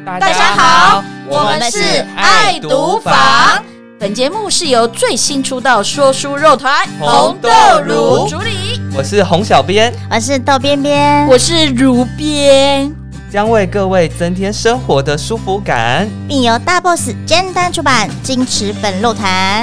大家好，我们是爱读坊。本节目是由最新出道说书肉团红豆乳主理， 我是洪小编， 我是豆边边， 我是如编， 将为各位增添生活的舒服感， 并由大 boss 简单出版，金池粉肉团。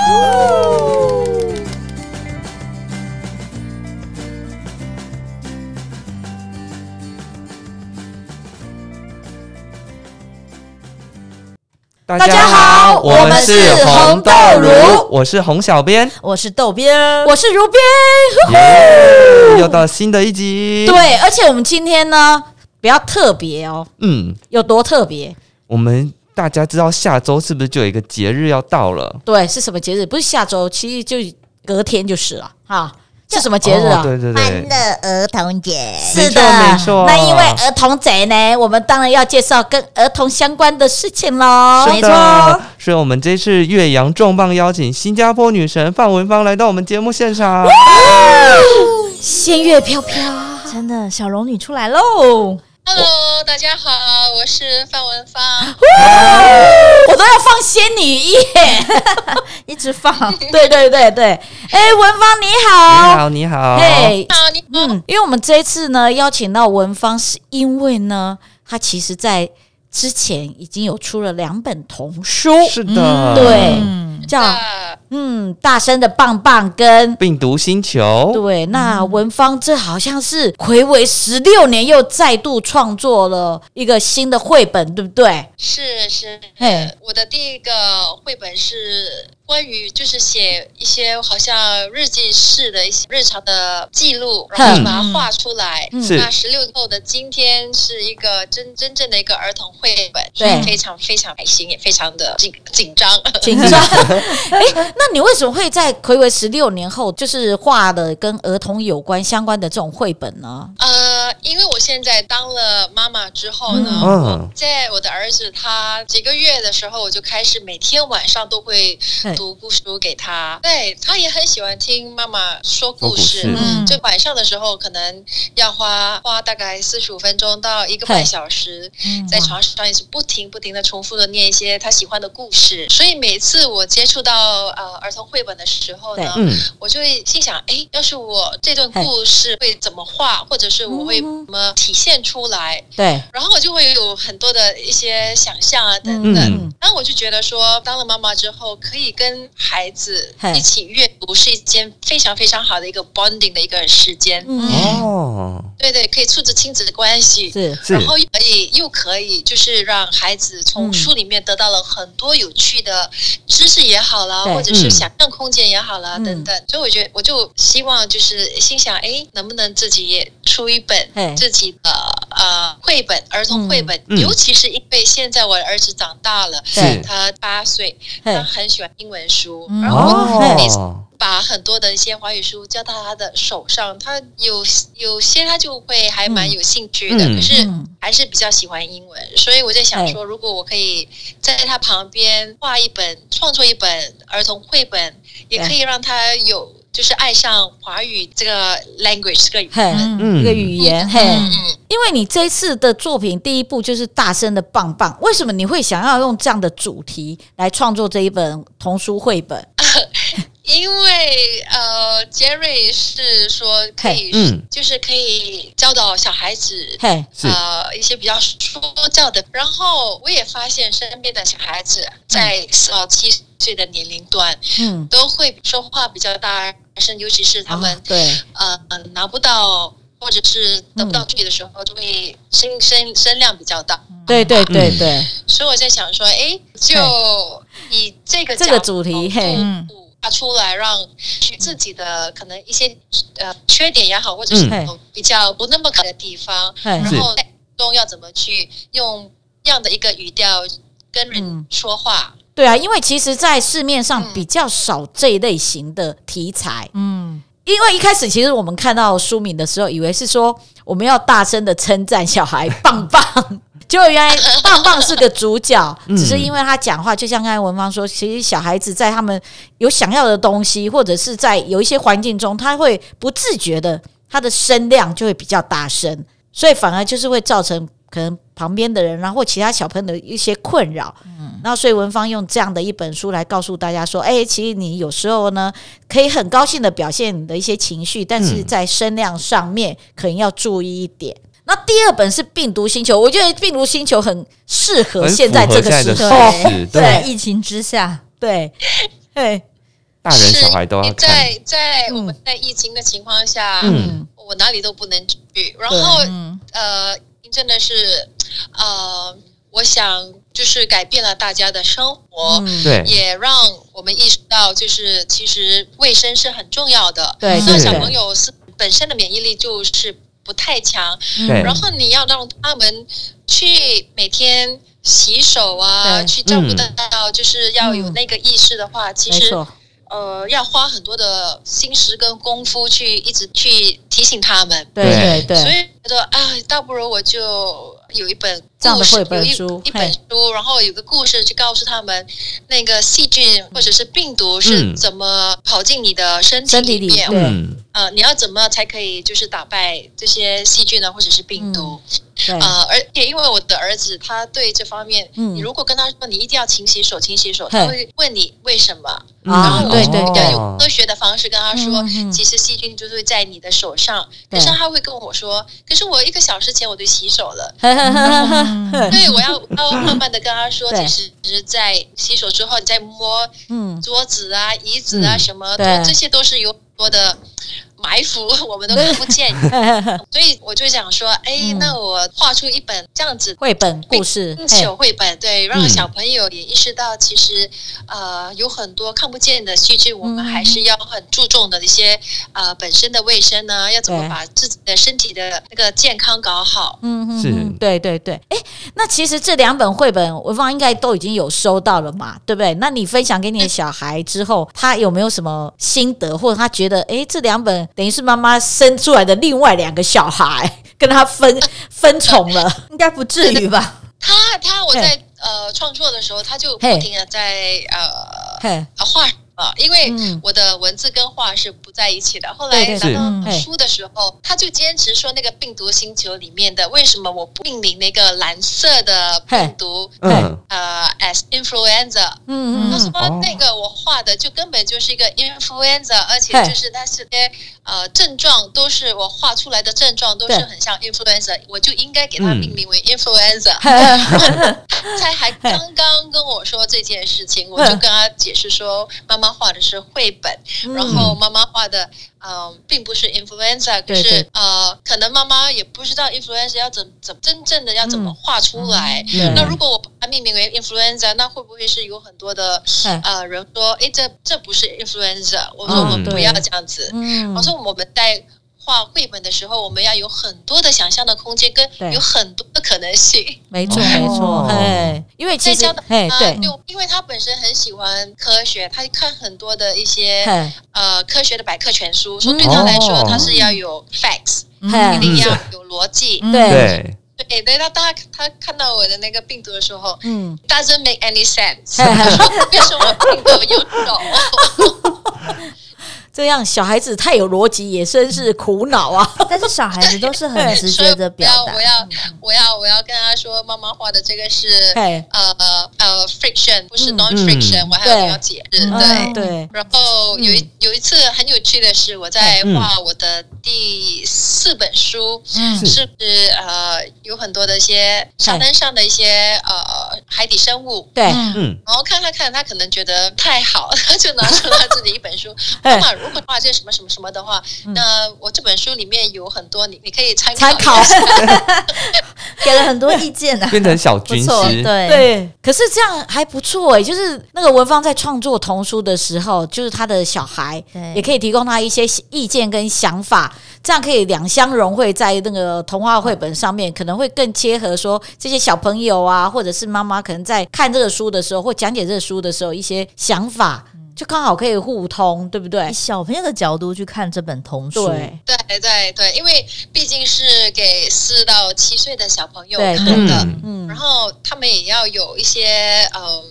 大家好，我们是红豆乳， 我是洪小编， 我是豆边， 我是如编， 又到新的一集。 对，而且我们今天呢比较特别哦，有多特别？ 我们大家知道下周是不是就有一个节日要到了？ 对，是什么节日？不是下周，其实就隔天就是了哈。是什么节日啊？ 对对对， 欢乐儿童节。 是的， 没错。 那因为儿童节呢，我们当然要介绍跟儿童相关的事情咯。 没错，所以我们这次岳阳重磅邀请新加坡女神范文芳来到我们节目现场。 仙乐飘飘， 真的小龙女出来喽 ！Hello， 大家好，我是范文芳。 我都要放仙女音， 一直放。 对对对对，文芳你好， 你好， 嘿， 你好， 因为我们这一次呢邀请到文芳，是因为呢，她其实在之前已经有出了2本童书， 是的， 对，叫大声的棒棒跟病毒星球。 对，那文芳这好像是睽违16年又再度创作了一个新的绘本，对不对？ 是，我的第一个绘本是关于就是写一些好像日记式的一些日常的记录，然后把它画出来。那16后的今天是一个真正的一个儿童绘本， 对， 非常非常开心，也非常的紧张。 那你为什么会在睽违16年后，就是画的跟儿童有关相关的这种绘本呢？ 因为我现在当了妈妈之后呢，在我的儿子他几个月的时候，我就开始每天晚上都会读故事书给他。对，他也很喜欢听妈妈说故事。就晚上的时候，可能要花大概45分钟到1个半小时，在床上一直不停的重复的念一些他喜欢的故事。所以每次我接触到儿童绘本的时候呢，我就会心想，要是我这段故事会怎么画，或者是我会怎么体现出来？对，然后我就会有很多的一些想象啊等等。然后我就觉得说，当了妈妈之后，可以跟孩子一起阅读，是一件非常非常好的一个 bonding 的一个时间。对，可以促进亲子关系，然后又可以就是让孩子从书里面得到了很多有趣的知识也好啦，或者是想象空间也好啦，等等。所以我就希望就是心想，能不能自己也出一本自己的绘本，儿童绘本。尤其是因为现在我的儿子长大了，他8岁，他很喜欢英文书，然后每次把很多的一些华语书交到他的手上，他有些他就会还蛮有兴趣的，可是还是比较喜欢英文。所以我在想说，如果我可以在他旁边创作一本儿童绘本，也可以让他有就是爱上华语这个 language 这个一个语言。因为你这次的作品第一部就是大声的棒棒，为什么你会想要用这样的主题来创作这一本童书绘本？ 因为杰瑞是说可以就是可以教导小孩子一些比较说教的，然后我也发现身边的小孩子在4到7岁的年龄段都会说话比较大声，尤其是他们拿不到或者是得不到注意的时候，就会声量比较大。对，所以我在想说，就以这个主题发出来，让自己的可能一些缺点也好，或者是比较不那么好的地方，然后在中要怎么去用这样的一个语调跟人说话。 对啊，因为其实在市面上比较少这一类型的题材。因为一开始其实我们看到书名的时候，以为是说我们要大声的称赞小孩棒棒，结果原来棒棒是个主角，只是因为他讲话，就像刚才文芳说，其实小孩子在他们有想要的东西，或者是在有一些环境中，他会不自觉的他的声量就会比较大声，所以反而就是会造成可能旁边的人然后或其他小朋友的一些困扰，然后所以文芳用这样的一本书来告诉大家说，其实你有时候呢可以很高兴的表现你的一些情绪，但是在声量上面可能要注意一点。那第二本是病毒星球，我觉得病毒星球很适合现在这个时候， 在疫情之下， 对， 大人小孩都要看。 在我们在疫情的情况下，我哪里都不能去，然后真的是我想就是改变了大家的生活， 对， 也让我们意识到，就是其实卫生是很重要的。 对， 那小朋友是本身的免疫力就是不太强，然后你要让他们去每天洗手啊，去照顾到，就是要有那个意识的话，其实要花很多的心思跟功夫去一直去提醒他们。 对，所以觉得倒不如我就有一本这样的绘本书，一本书，然后有个故事去告诉他们，那个细菌或者是病毒是怎么跑进你的身体里面，你要怎么才可以就是打败这些细菌呢，或者是病毒？而且因为我的儿子他对这方面，你如果跟他说你一定要勤洗手，他会问你为什么，然后我要有科学的方式跟他说，其实细菌就是会在你的手上，可是他会跟我说，可是我1个小时前我就洗手了。对，我要慢慢的跟他说，其实在洗手之后，你再摸桌子啊、椅子啊什么，这些都是有很多的埋伏，我们都看不见。所以我就想说，那我画出一本这样子绘本故事， 小绘本，对，让小朋友也意识到，其实有很多看不见的细菌，我们还是要很注重的一些本身的卫生呢，要怎么把自己的身体的那个健康搞好。 对。那其实这2本绘本文芳应该都已经有收到了嘛，对不对？那你分享给你的小孩之后，他有没有什么心得，或者他觉得这2本等于是妈妈生出来的另外2个小孩跟他分宠了？ 应该不至于吧？ 我在创作的时候，他就不停的在画。因为我的文字跟画是不在一起的。后来拿到书的时候，他就坚持说那个病毒星球里面的，为什么我不命名那个蓝色的病毒as influenza？他说那个我画的就根本就是一个 influenza， 而且就是那些症状都是我画出来的症状都是很像 influenza， 我就应该给它命名为 influenza。他还刚刚跟我说这件事情，我就跟他解释说，妈妈画的是绘本，然后妈妈画的并不是 influenza， 可是可能妈妈也不知道 influenza 要怎真正的要怎么画出来。那如果我把它命名为 influenza， 那会不会是有很多的人说，这不是 influenza？ 我说我们不要这样子。我说我们在画绘本的时候，我们要有很多的想象的空间，跟有很多的可能性。 没错，因为其实因为他本身很喜欢科学，他看很多的一些科学的百科全书，所以对他来说，他是要有 facts， 一定要有逻辑。 对， 他看到我的那个病毒的时候，doesn't make any sense。他说为什么病毒有手？ 这样小孩子太有逻辑也真是苦恼啊！ 但是小孩子都是很直接的表达。 我要跟他说，妈妈画的这个是friction， 不是 non-friction， 我还要了解。对。然后有一次很有趣的是，我在画我的第4本书，是有很多的一些沙滩上的一些海底生物。 对， 然后看他可能觉得太好，他就拿出他自己一本书，妈妈。如果画这什么什么什么的话，那我这本书里面有很多你可以参考， 给了很多意见啊， 变成小军师。 对，可是这样还不错就是那个文芳在创作童书的时候，就是他的小孩也可以提供他一些意见跟想法，这样可以两相融汇在那个童话绘本上面，可能会更切合说这些小朋友啊，或者是妈妈可能在看这个书的时候或讲解这个书的时候一些想法。就刚好可以互通，对不对？ 以小朋友的角度去看这本童书， 对，因为毕竟是给4到7岁的小朋友看的，然后他们也要有一些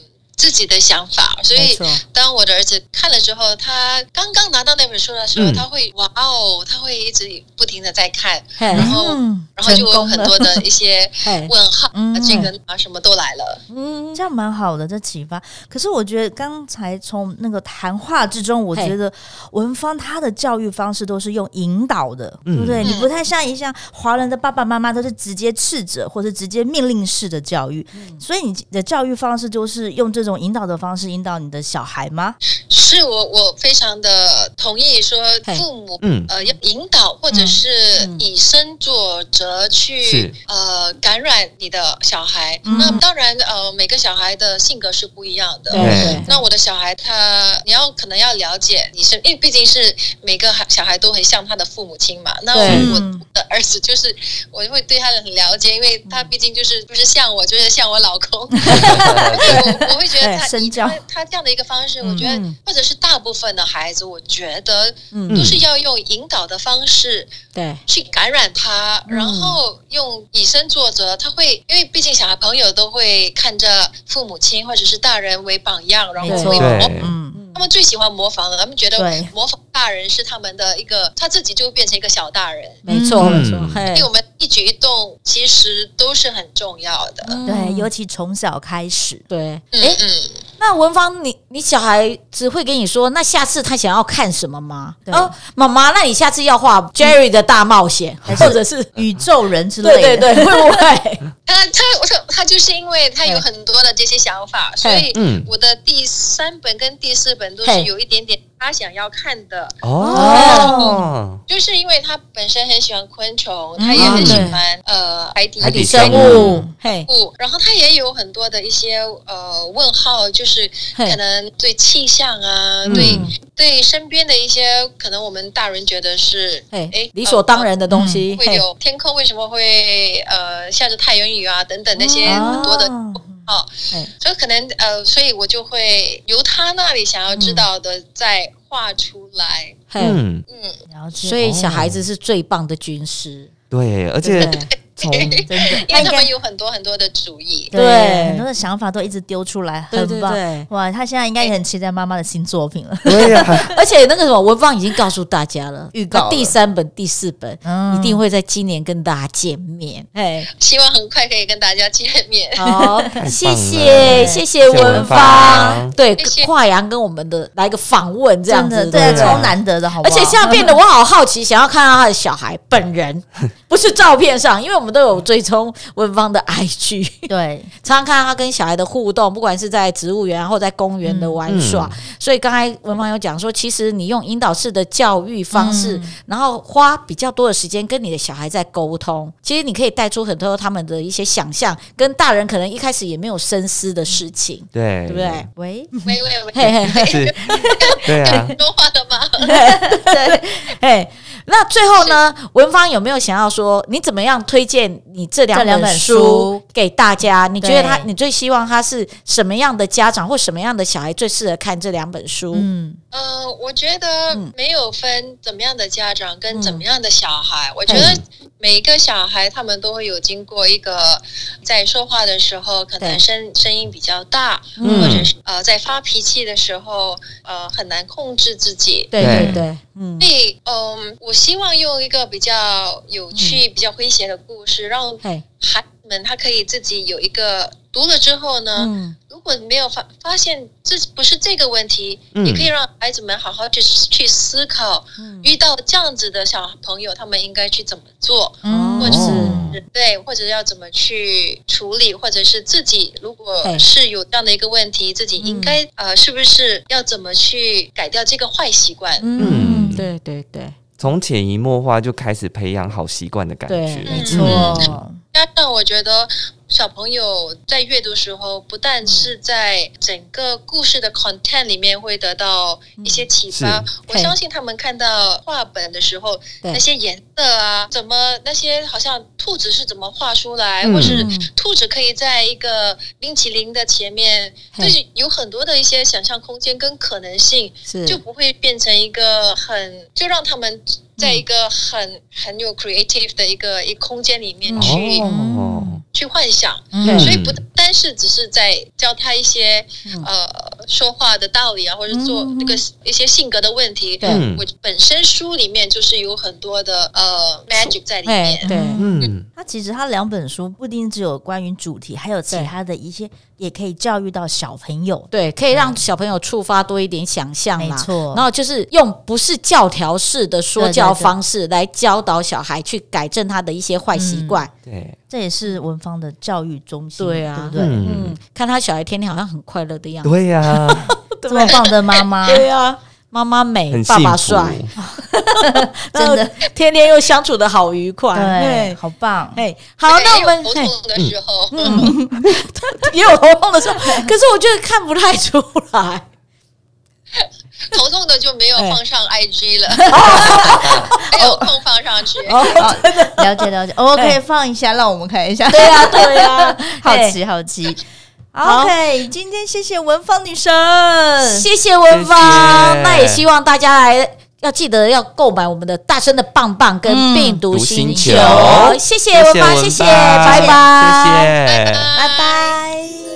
自己的想法，所以当我的儿子看了之后，他刚刚拿到那本书的时候，他会哇哦，他会一直不停的在看，然后就有很多的一些问号，这个什么都来了。 这样蛮好的，这启发。可是我觉得刚才从那个谈话之中，我觉得文芳他的教育方式都是用引导的，对不对？你不太像华人的爸爸妈妈都是直接斥责或者直接命令式的教育，所以你的教育方式就是用这种引导的方式引导你的小孩吗？ 是我非常的同意说父母要引导或者是以身作则去感染你的小孩。那当然每个小孩的性格是不一样的。那我的小孩你可能要了解因为毕竟是每个小孩都很像他的父母亲嘛。那我的儿子就是我会对他很了解，因为他毕竟就是不是像我，就是像我老公。我会觉得他这样的一个方式，我觉得或者是大部分的孩子，我觉得都是要用引导的方式去感染他，然后用以身作则。他会因为毕竟小孩朋友都会看着父母亲或者是大人为榜样，然后会他们最喜欢模仿了，他们觉得模仿大人是他们的一个，他自己就变成一个小大人。 没错没错， 所以我们一举一动其实都是很重要的。 对，尤其从小开始。 对，那文芳，你小孩子会跟你说，那下次他想要看什么吗？妈妈，那你下次要画 Jerry 的大冒险，或者是宇宙人之类的？ 对，会不会？ 他就是因为他有很多的这些想法，所以我的第3本跟第4本都是有一点点他想要看的。就是因为他本身很喜欢昆虫，他也很喜欢海底生物，然后他也有很多的一些问号，就是可能对气象啊，对身边的一些可能我们大人觉得是理所当然的东西， 会有天空为什么会下着太阳雨啊等等那些很多的所以可能所以我就会由他那里想要知道的再画出来。 了解。 所以小孩子是最棒的军师。 对，而且真的，因为他们有很多很多的主意， 对，很多的想法都一直丢出来，很棒。哇，他现在应该也很期待妈妈的新作品了。 对呀， 而且那个什么文芳已经告诉大家了， 预告第3本、第4本一定会在今年跟大家见面。 希望很快可以跟大家见面。 好，谢谢文芳。对，跨洋跟我们的来个访问，这样子， 对，超难得的，好不好？ 而且现在变得我好好奇，想要看到他的小孩本人，不是照片上，因为我们都有追踪文芳的 IG， 对， 常常看到他跟小孩的互动，不管是在植物园或在公园的玩耍。所以刚才文芳有讲说，其实你用引导式的教育方式，然后花比较多的时间跟你的小孩在沟通，其实你可以带出很多他们的一些想象，跟大人可能一开始也没有深思的事情，对不对？ 喂， 对啊， 说话的吗？ 对，那最后呢，文芳有没有想要说，你怎么样推荐你这2本书给大家？你觉得你最希望他是什么样的家长或什么样的小孩最适合看这2本书？ 我觉得没有分怎么样的家长跟怎么样的小孩，我觉得每一个小孩他们都会有经过一个在说话的时候可能声音比较大，或者是在发脾气的时候很难控制自己。 对， 所以我希望用一个比较有趣、比较诙谐的故事，让孩子们他可以自己有一个读了之后呢，如果没有发现这不是这个问题，也可以让孩子们好好去思考，遇到这样子的小朋友，他们应该去怎么做，或者是或者要怎么去处理，或者是自己如果是有这样的一个问题，自己应该是不是要怎么去改掉这个坏习惯？ 对， 从潜移默化就开始培养好习惯的感觉， 没错。 加上我觉得小朋友在阅读时候，不但是在整个故事的 content 里面会得到一些启发，我相信他们看到画本的时候，那些颜色啊，那些好像兔子是怎么画出来，或是兔子可以在一个冰淇淋的前面，就是有很多的一些想象空间跟可能性，就不会变成一个就让他们在一个很有 creative 的一个空间里面去去幻想，所以不单是只是在教他一些说话的道理啊，或者做那个一些性格的问题。我本身书里面就是有很多的magic 在里面。 对， 它其实它2本书不一定只有关于主题，还有其他的一些也可以教育到小朋友。 对，可以让小朋友触发多一点想象啦。 没错， 然后就是用不是教条式的说教方式来教导小孩去改正他的一些坏习惯。 对， 这也是文芳的教育中心， 对啊， 对不对？ 看他小孩天天好像很快乐的样子。 对呀， 这么棒的妈妈， 对啊，妈妈美，爸爸帅， 真的天天又相处的好愉快， 对，好棒。 好，那我们头痛的时候， 也有头痛的时候，可是我觉得看不太出来。 头痛的就没有放上 IG 了，没有空放上去。 了解，我可以放一下，让我们看一下。 对啊， 好奇。OK， 今天谢谢文芳女神， 谢谢文芳。那也希望大家来要记得要购买我们的大声的棒棒跟病毒星球。谢谢文芳，谢谢，拜拜， 拜拜。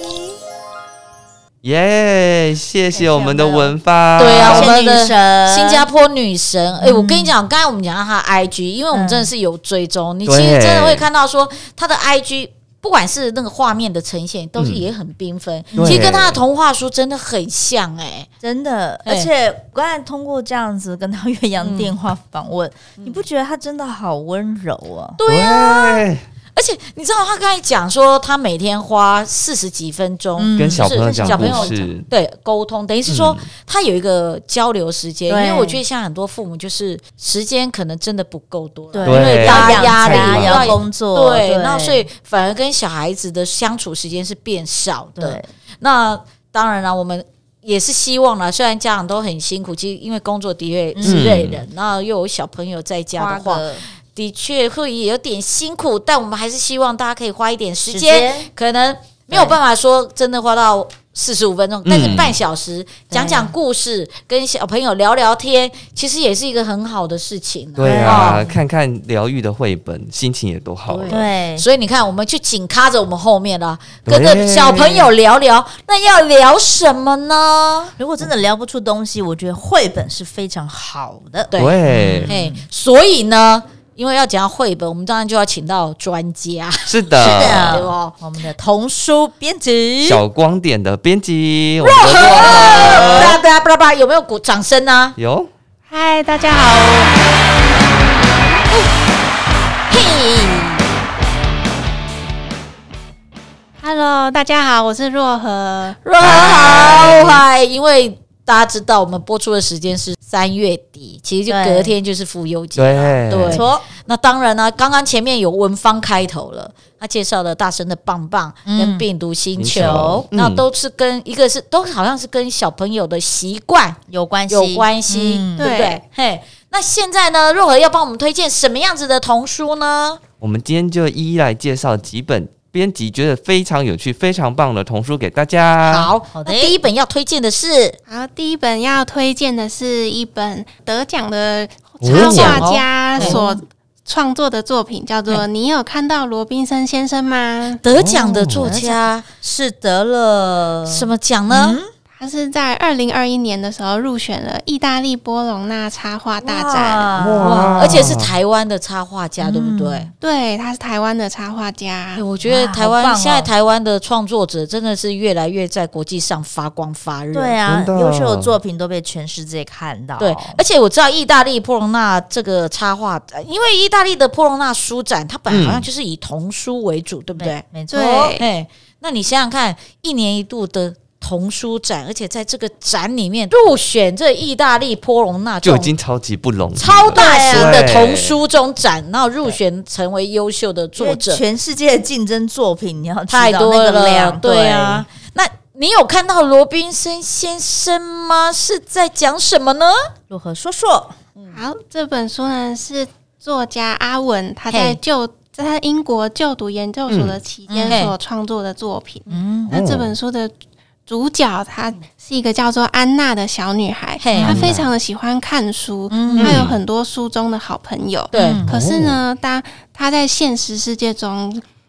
耶！谢谢我们的文芳， 对啊，我们的女神新加坡女神。我跟你讲，刚才我们讲到她的 IG， 因为我们真的是有追踪，你其实真的会看到说她的 IG。不管是那个画面的呈现，都是也很缤纷。其实跟他的童话书真的很像真的。而且我刚才通过这样子跟他岳阳电话访问，你不觉得他真的好温柔啊？ 对啊。而且你知道他刚才讲说，他每天花40几分钟跟小朋友讲故事， 对，沟通，等于是说他有一个交流时间。因为我觉得像很多父母就是时间可能真的不够多， 对， 因为压力要工作， 对，那所以反而跟小孩子的相处时间是变少的。 对， 那当然了，我们也是希望啦，虽然家长都很辛苦，其实因为工作的确是累人，然后又有小朋友在家的话。的确会也有点辛苦，但我们还是希望大家可以花一点时间，可能没有办法说真的花到45分钟，但是半小时讲讲故事，跟小朋友聊聊天，其实也是一个很好的事情。 对啊，看看疗愈的绘本，心情也都好了。 对， 所以你看，我们去紧卡着我们后面了，跟着小朋友聊聊，那要聊什么呢？ 如果真的聊不出东西，我觉得绘本是非常好的。 对， 所以呢。因为要讲绘本，我们当然就要请到专家。 是的， 对吧？ 我们的童书编辑小光点的编辑若何，叭，有没有掌声呢？ 有。 嗨，大家好。Hello， 大家好，我是若何。 若何好，嗨，因为。大家知道我们播出的时间是3月底，其实就隔天就是妇幼节。 对， 错。那当然呢，刚刚前面有文芳开头了，他介绍了大声的棒棒跟病毒星球，那都是跟一个是都好像是跟小朋友的习惯有关系， 对不对？嘿，那现在呢，若何要帮我们推荐什么样子的童书呢？ 我们今天就一一来介绍几本。编辑觉得非常有趣、非常棒的童书给大家。 好的，第一本要推荐的是， 第一本要推荐的是一本得奖的插画家所创作的作品，叫做《你有看到罗宾森先生吗》？ 得奖的作家是得了什么奖呢？ 他是在2021年的时候入选了意大利波隆纳插画大展， 哇！而且是台湾的插画家，对不对？ 对，他是台湾的插画家。 我觉得台湾现在台湾的创作者真的是越来越在国际上发光发热。 对啊，优秀的作品都被全世界看到。 对，而且我知道意大利波隆纳这个插画，因为意大利的波隆纳书展，它本来好像就是以童书为主，对不对？ 没错。 那你想想看，1年1度的童书展，而且在这个展里面入选这意大利波隆纳就已经超级不容易， 超大型的童书中展，然后入选成为优秀的作者， 全世界的竞争作品你要太多了， 那个量， 对啊。那你有看到罗宾森先生吗？是在讲什么呢？ 如何说说？ 好，这本书呢是作家阿文他在英国就读研究所的期间所创作的作品。那这本书的主角她是一个叫做安娜的小女孩，她非常的喜欢看书，她有很多书中的好朋友。对，可是呢，当她在现实世界中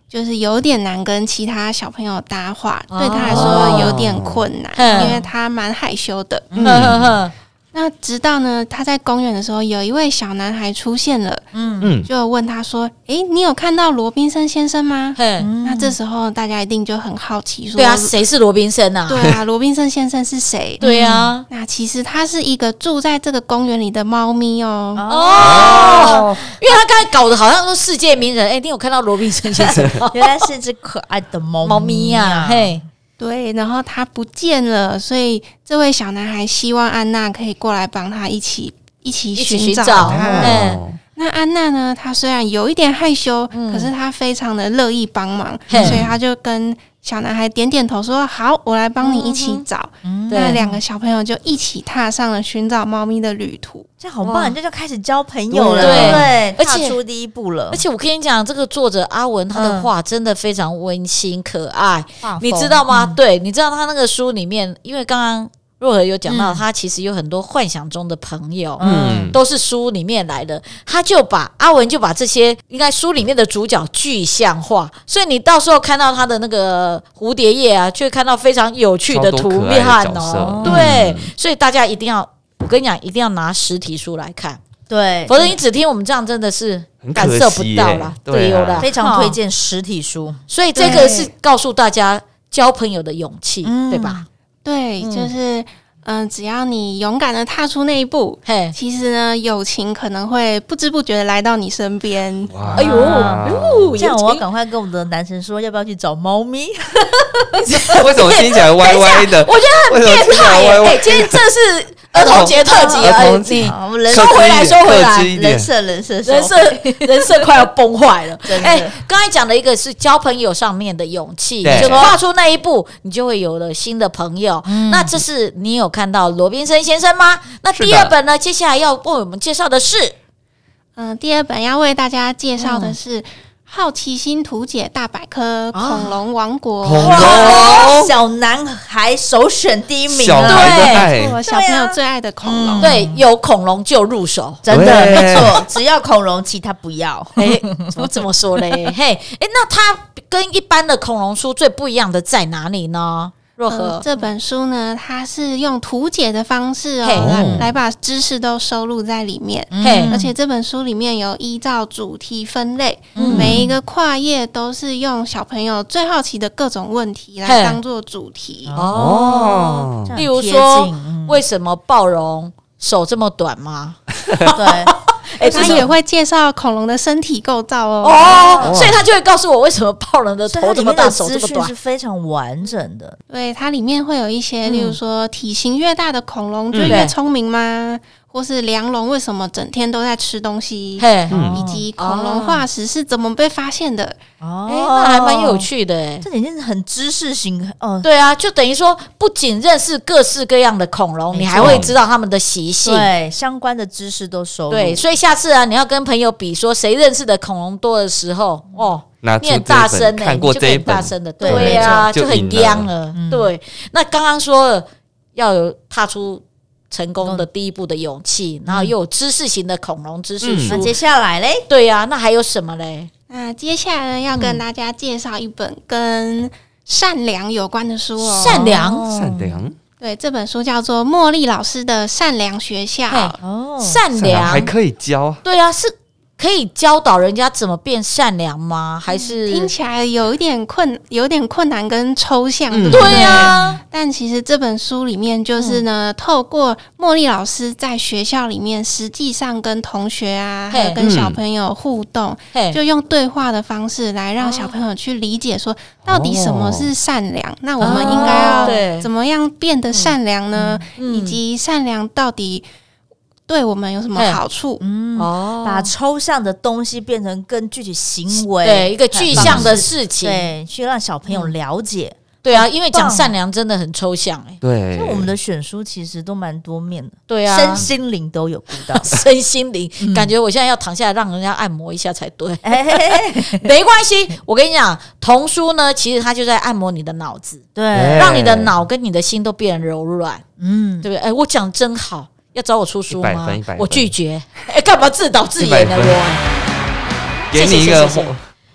就是有点难跟其他小朋友搭话，对他来说有点困难，因为他蛮害羞的。那直到呢，他在公园的时候，有一位小男孩出现了，就问他说：“你有看到罗宾森先生吗？”那这时候大家一定就很好奇说：“ 对啊，谁是罗宾森啊？” 对啊，罗宾森先生是谁？ 对啊， 那其实他是一个住在这个公园里的猫咪哦。 因为他刚才搞得好像说世界名人，你有看到罗宾森先生吗？ 原来是一只可爱的猫咪呀，嘿。 对，然后他不见了，所以这位小男孩希望安娜可以过来帮他一起寻找他。那安娜呢？她虽然有一点害羞，可是她非常的乐意帮忙，所以她就跟小男孩点点头说：“好，我来帮你一起找。”那2个小朋友就一起踏上了寻找猫咪的旅途。 这好棒，这就开始交朋友了，对不对？踏出第一步了。 而且我跟你讲，这个作者阿文他的画真的非常温馨可爱，你知道吗？对，你知道他那个书里面，因为刚刚若何有讲到，他其实有很多幻想中的朋友，都是书里面来的。阿文就把这些应该书里面的主角具象化，所以你到时候看到他的那个蝴蝶叶啊，就会看到非常有趣的图面哦。对，所以大家一定要，我跟你讲，一定要拿实体书来看， 对， 否则你只听我们这样真的是感受不到啦。对啦， 非常推荐实体书。 所以这个是告诉大家交朋友的勇气，对吧？ 对，就是只要你勇敢的踏出那一步，其实呢，友情可能会不知不觉的来到你身边。 哎呦，这样我要赶快跟我们的男神说，要不要去找猫咪？ 为什么听起来歪歪的？ 我觉得很变态。今天这是儿童节特辑啊！你收回来，人设快要崩坏了。刚才讲的一个是交朋友上面的勇气，你就跨出那一步，你就会有了新的朋友。那这是你有看到罗宾森先生吗？那第二本呢？接下来要为我们介绍的是， 第二本要为大家介绍的是。好奇心图解大百科，恐龙王国， 小男孩首选第一名， 对，小朋友最爱的恐龙， 对，有恐龙就入手， 真的没错，只要恐龙，其他不要。 我怎么说嘞？那它跟一般的恐龙书最不一样的在哪里呢？若何？ 这本书呢，它是用图解的方式来把知识都收录在里面。而且这本书里面有依照主题分类，每一个跨页都是用小朋友最好奇的各种问题来当做主题。 例如说，为什么暴龙手这么短吗？ 对。 他也会介绍恐龙的身体构造所以他就会告诉我为什么暴龙的头这么大，手这么短， 是非常完整的。 对，它里面会有一些，例如说体型越大的恐龙就越聪明吗？或是梁龙为什么整天都在吃东西，以及恐龙化石是怎么被发现的。 那还蛮有趣的。 这已经是很知识型。 对啊，就等于说不仅认识各式各样的恐龙，你还会知道他们的习性， 对，相关的知识都收录。 对，所以下次啊，你要跟朋友比说谁认识的恐龙多的时候，你很大声的，你就很大声的，对啊，就很央了。对，那刚刚说了要有踏出成功的第一步的勇气，然后又有知识型的恐龙知识书。 那接下来嘞？ 对呀，那还有什么嘞？ 那接下来呢，要跟大家介绍一本跟善良有关的书哦。 善良， 对，这本书叫做茉莉老师的善良学校。 善良还可以教？ 对啊，是可以教导人家怎么变善良吗？还是听起来有一点困难跟抽象，对不对？对啊。 但其实这本书里面就是呢，透过茉莉老师在学校里面实际上跟同学啊，还有跟小朋友互动，就用对话的方式来让小朋友去理解说，到底什么是善良？那我们应该要怎么样变得善良呢？以及善良到底对我们有什么好处？ 把抽象的东西变成更具体行为， 对，一个具象的事情， 对，去让小朋友了解。 对啊，因为讲善良真的很抽象对， 所以我们的选书其实都蛮多面的， 对啊， 身心灵都有顾到， 身心灵，感觉我现在要躺下来让人家按摩一下才对。没关系，我跟你讲，童书呢，其实它就在按摩你的脑子， 对， 让你的脑跟你的心都变柔软，对不对？我讲真好。要找我出书吗？我拒绝。干嘛自导自演呢？我给你一个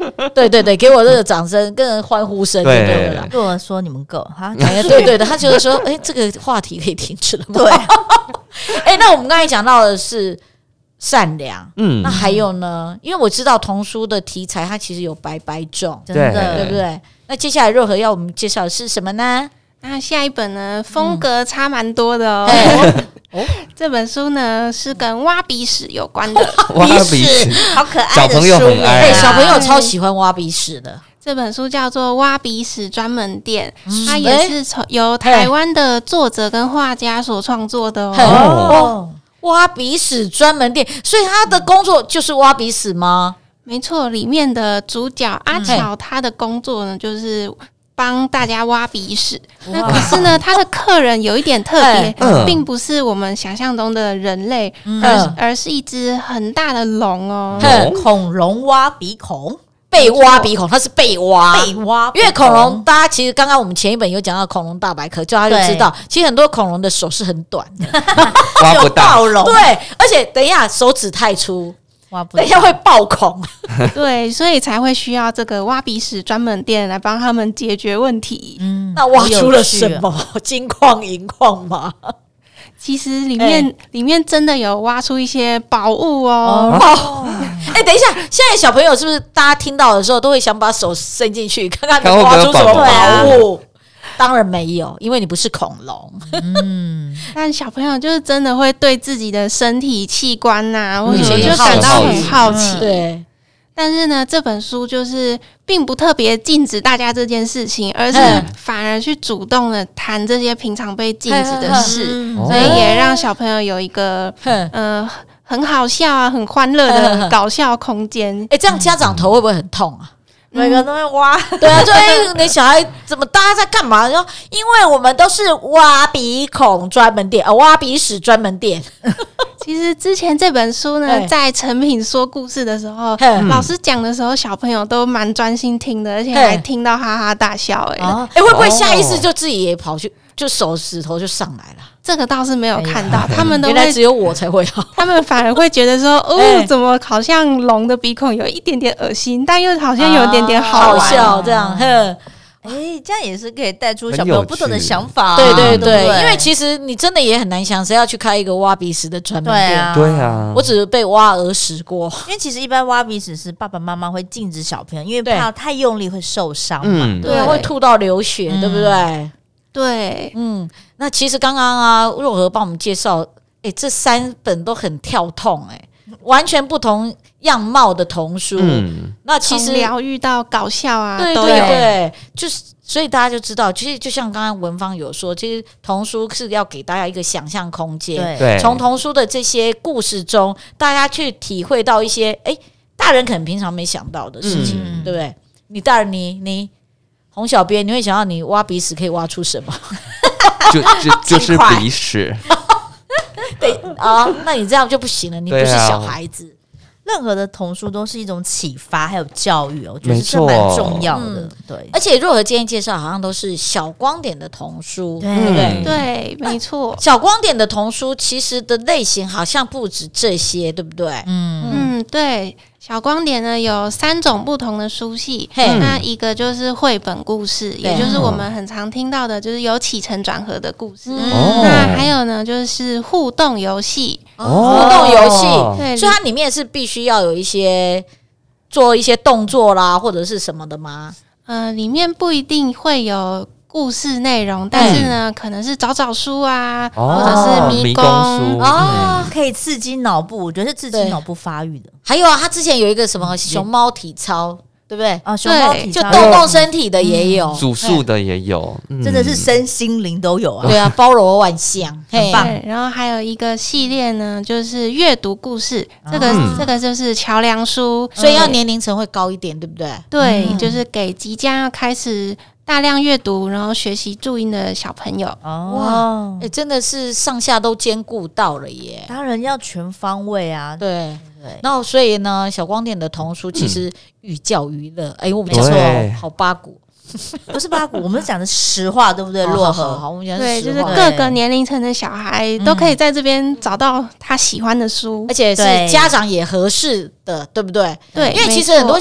对对对，给我这个掌声跟欢呼声就对了啦。 若儿说你们够哈， 对对的，他觉得说，这个话题可以停止了吗？ 对， 那我们刚才讲到的是善良，那还有呢？因为我知道童书的题材它其实有百百种， 真的对不对？那接下来若何要我们介绍的是什么呢？ 那下一本呢，风格差蛮多的哦。这本书呢是跟挖鼻屎有关的。 挖鼻屎， 好可爱的小朋友很爱啊小朋友超喜欢挖鼻屎的。 这本书叫做《挖鼻屎专门店》，它也是由台湾的作者跟画家所创作的哦。 挖鼻屎专门店，所以他的工作就是挖鼻屎吗？ 没错，里面的主角阿乔，他的工作呢就是帮大家挖鼻屎。那可是呢，他的客人有一点特别，并不是我们想象中的人类，而是一只很大的龙哦， 恐龙挖鼻孔。 被挖鼻孔，它是被挖，因为恐龙，大家其实刚刚我们前一本有讲到恐龙大百科，就他就知道，其实很多恐龙的手是很短的， 挖不到， 对，而且等一下手指太粗， 挖不到， 等一下会爆孔， 对，所以才会需要这个挖鼻屎专门店来帮他们解决问题。 那挖出了什么？金矿、银矿吗？ 其实里面真的有挖出一些宝物哦。 等一下，现在小朋友是不是大家听到的时候都会想把手伸进去看看能挖出什么宝物？当然没有，因为你不是恐龙。 但小朋友就是真的会对自己的身体器官呐，或者就感到很好奇。 对。 但是呢，这本书就是并不特别禁止大家这件事情，而是反而去主动的谈这些平常被禁止的事，所以也让小朋友有一个很好笑啊、很欢乐的搞笑空间。 这样家长头会不会很痛啊？ 每个人都会挖， 对啊，就你小孩怎么大家在干嘛？说因为我们都是挖鼻孔专门店，挖鼻屎专门店。 其实之前这本书呢，在成品说故事的时候，老师讲的时候，小朋友都蛮专心听的，而且还听到哈哈大笑。 会不会下意识就自己也跑去，就手指头就上来了？ 这个倒是没有看到，他们都原来只有我才会， 他们反而会觉得说，怎么好像龙的鼻孔有一点点恶心，但又好像有一点点好笑这样。 这样也是可以带出小朋友不同的想法。 对对对，因为其实你真的也很难想，谁要去开一个挖鼻屎的专门店？ 对啊， 我只是被挖耳屎过。 因为其实一般挖鼻屎是爸爸妈妈会禁止小朋友，因为怕太用力会受伤嘛， 对，会吐到流血，对不对？ 对， 那其实刚刚若何帮我们介绍，这3本都很跳痛，完全不同样貌的童书。那其实疗愈到搞笑啊， 对对对，就是所以大家就知道，其实就像刚刚文芳有说，其实童书是要给大家一个想象空间， 对， 从童书的这些故事中，大家去体会到一些大人可能平常没想到的事情，对不对？你大人你洪小编，你会想到你挖鼻屎可以挖出什么？ 就是鼻屎。 对啊，那你这样就不行了，你不是小孩子。 任何的童书都是一种启发，还有教育我觉得这蛮重要的。对， 而且若何今天介绍好像都是小光点的童书，对不对？ 对，没错。 小光点的童书其实的类型好像不止这些，对不对？ 对。小光点呢有3种不同的书系，那一个就是绘本故事，也就是我们很常听到的，就是有起承转合的故事。那还有呢就是互动游戏，互动游戏，对， 所以它里面是必须要有一些做一些动作啦，或者是什么的吗？ 里面不一定会有故事内容，但是呢，可能是找书啊，或者是迷宫书可以刺激脑部，我觉得是刺激脑部发育的。 还有他之前有一个什么熊猫体操，对不对？ 熊猫体操就动身体的也有， 主诉的也有， 真的是身心灵都有啊。 对啊，包罗万象， 很棒。 然后还有一个系列呢，就是阅读故事，这个就是桥梁书， 所以要年龄层会高一点，对不对？ 对，就是给即将要开始大量阅读，然后学习注音的小朋友。 哇，真的是上下都兼顾到了耶！ 当然要全方位啊， 对。那所以呢，小光点的童书其实寓教于乐。我们讲错，好八股， 不是八股，我们讲的实话，对不对？落河， 好，我们讲对，就是各个年龄层的小孩都可以在这边找到他喜欢的书， 而且是家长也合适的，对不对？ 对， 因为其实很多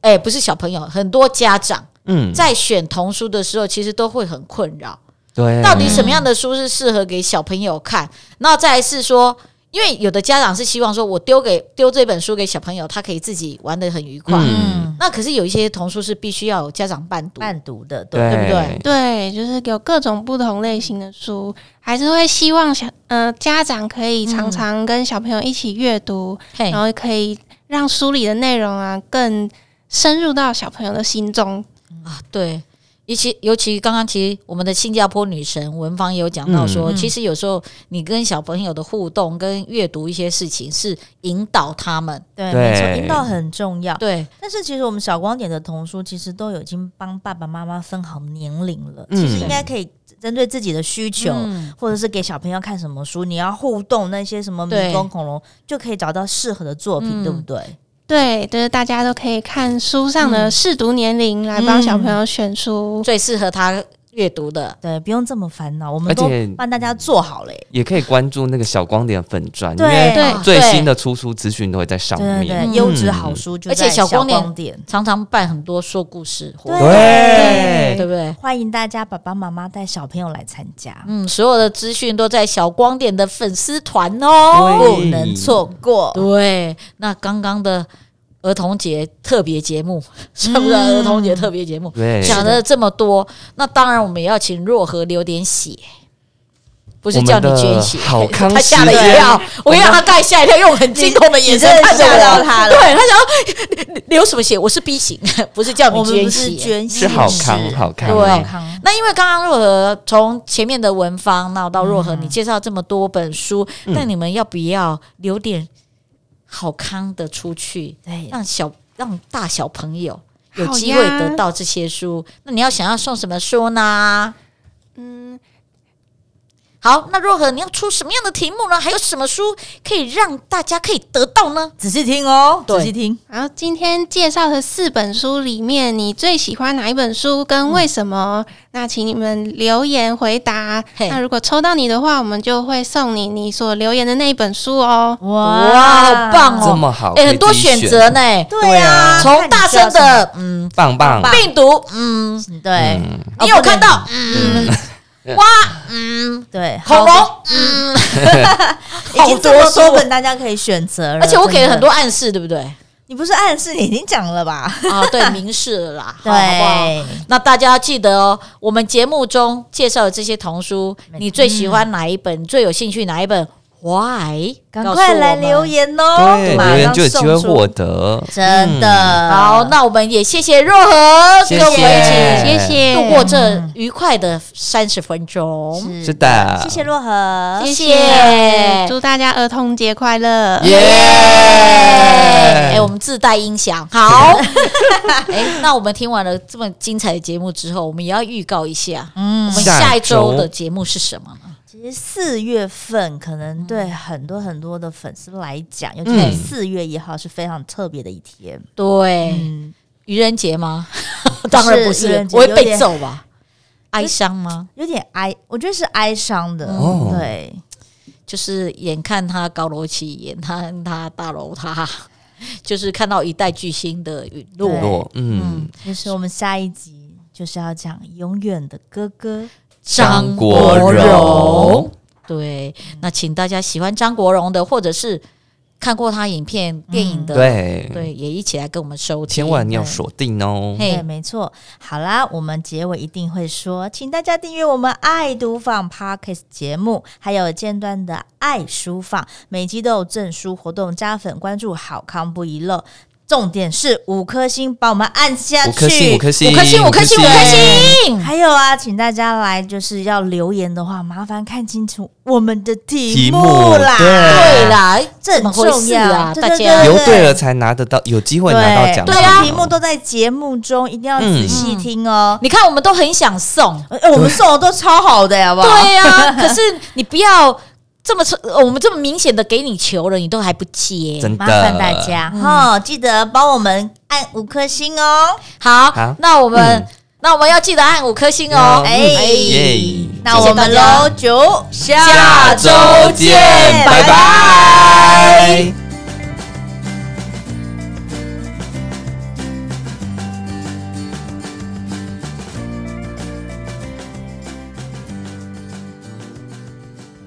不是小朋友，很多家长在选童书的时候，其实都会很困扰。 对， 到底什么样的书是适合给小朋友看？然后再来是说，因为有的家长是希望说我丢这本书给小朋友，他可以自己玩得很愉快。那可是有一些童书是必须要有家长伴读的， 对不对？ 对，就是有各种不同类型的书，还是会希望家长可以常常跟小朋友一起阅读，然后可以让书里的内容啊更深入到小朋友的心中啊。对，尤其刚刚其实我们的新加坡女神文芳也有讲到说，其实有时候你跟小朋友的互动跟阅读一些事情是引导他们。 对，没错，引导很重要。 对， 但是其实我们小光点的童书其实都已经帮爸爸妈妈分好年龄了，其实应该可以针对自己的需求，或者是给小朋友看什么书，你要互动那些什么迷宫恐龙，就可以找到适合的作品，对不对？ 对，就是大家都可以看书上的适读年龄来帮小朋友选书， 最适合他阅读的。 对，不用这么烦恼，我们都帮大家做好了。 也可以关注那个小光点粉专，因为最新的出书资讯都会在上面。 对，优质好书就在小光点， 常常办很多说故事活动， 对不对？ 欢迎大家爸爸妈妈带小朋友来参加。 所有的资讯都在小光点的粉丝团哦， 不能错过。 对，那刚刚的儿童节特别节目，是不是儿童节特别节目？讲了这么多，那当然我们也要请若何流点血，不是叫你捐血。 好康， 他吓了一跳，我让他刚才吓一跳，用很惊恐的眼神看着到他了。 对，他想要流什么血？我是 B 型，不是叫你捐血， 是好康。 对，那因为刚刚若何从前面的文芳，那到若何你介绍这么多本书，那你们要不要留点好康的出去，让大小朋友有机会得到这些书？那你要想要送什么书呢？好，那若何你要出什么样的题目呢？还有什么书可以让大家可以得到呢？ 仔细听哦，仔细听。 然后今天介绍的4本书里面，你最喜欢哪一本书跟为什么？那请你们留言回答。那如果抽到你的话，我们就会送你所留言的那一本书哦。 哇，好棒哦， 这么好， 很多选择呢。 对啊， 从大声的棒棒病毒对， 你有看到哇对， 恐龙已经这么多本大家可以选择了， 而且我给了很多暗示，对不对？ 你不是暗示，你已经讲了吧？ 对，明示了啦， 对， 好不好？那大家要记得哦，我们节目中介绍的这些童书，你最喜欢哪一本？最有兴趣哪一本？Why？ 赶快来留言哦！ 对，留言就有机会获得， 真的。 好，那我们也谢谢若何跟我们一起，谢谢度过这愉快的30分钟。 是的， 谢谢若何， 谢谢， 祝大家儿童节快乐！ 耶！我们自带音响，好。那我们听完了这么精彩的节目之后，我们也要预告一下，我们下一周的节目是什么呢？ 其实4月份可能对很多的粉丝来讲，尤其是4月1号是非常特别的一天。 对，愚人节吗？当然不是，我会被揍吧？哀伤吗？ 有点我觉得是哀伤的。对， 就是眼看他高楼起，眼看他大楼塌，就是看到一代巨星的陨落。 就是我们下一集就是要讲永远的哥哥。 张国荣，对，那请大家喜欢张国荣的，或者是看过他影片、电影的，对，也一起来跟我们收听， 千万你要锁定哦。 对，没错。好啦，我们结尾一定会说，请大家订阅我们爱读坊 Podcast 节目，还有间断的爱书坊，每集都有证书活动，加粉关注好康不遗漏。重点是5颗星，帮我们按下去 ，5颗星。 还有啊，请大家来，就是要留言的话，麻烦看清楚我们的题目啦。 对啦， 这很重要啊， 大家留对了才拿得到，有机会拿到奖。 对啊，题目都在节目中，一定要仔细听哦。 你看，我们都很想送， 我们送的都超好的，好不好？ 对呀，可是你不要。我们这么明显的给你球了，你都还不接， 麻烦大家记得帮我们按5颗星哦。 好，那我们要记得按5颗星哦。 那我们喽，就下周见， 拜拜。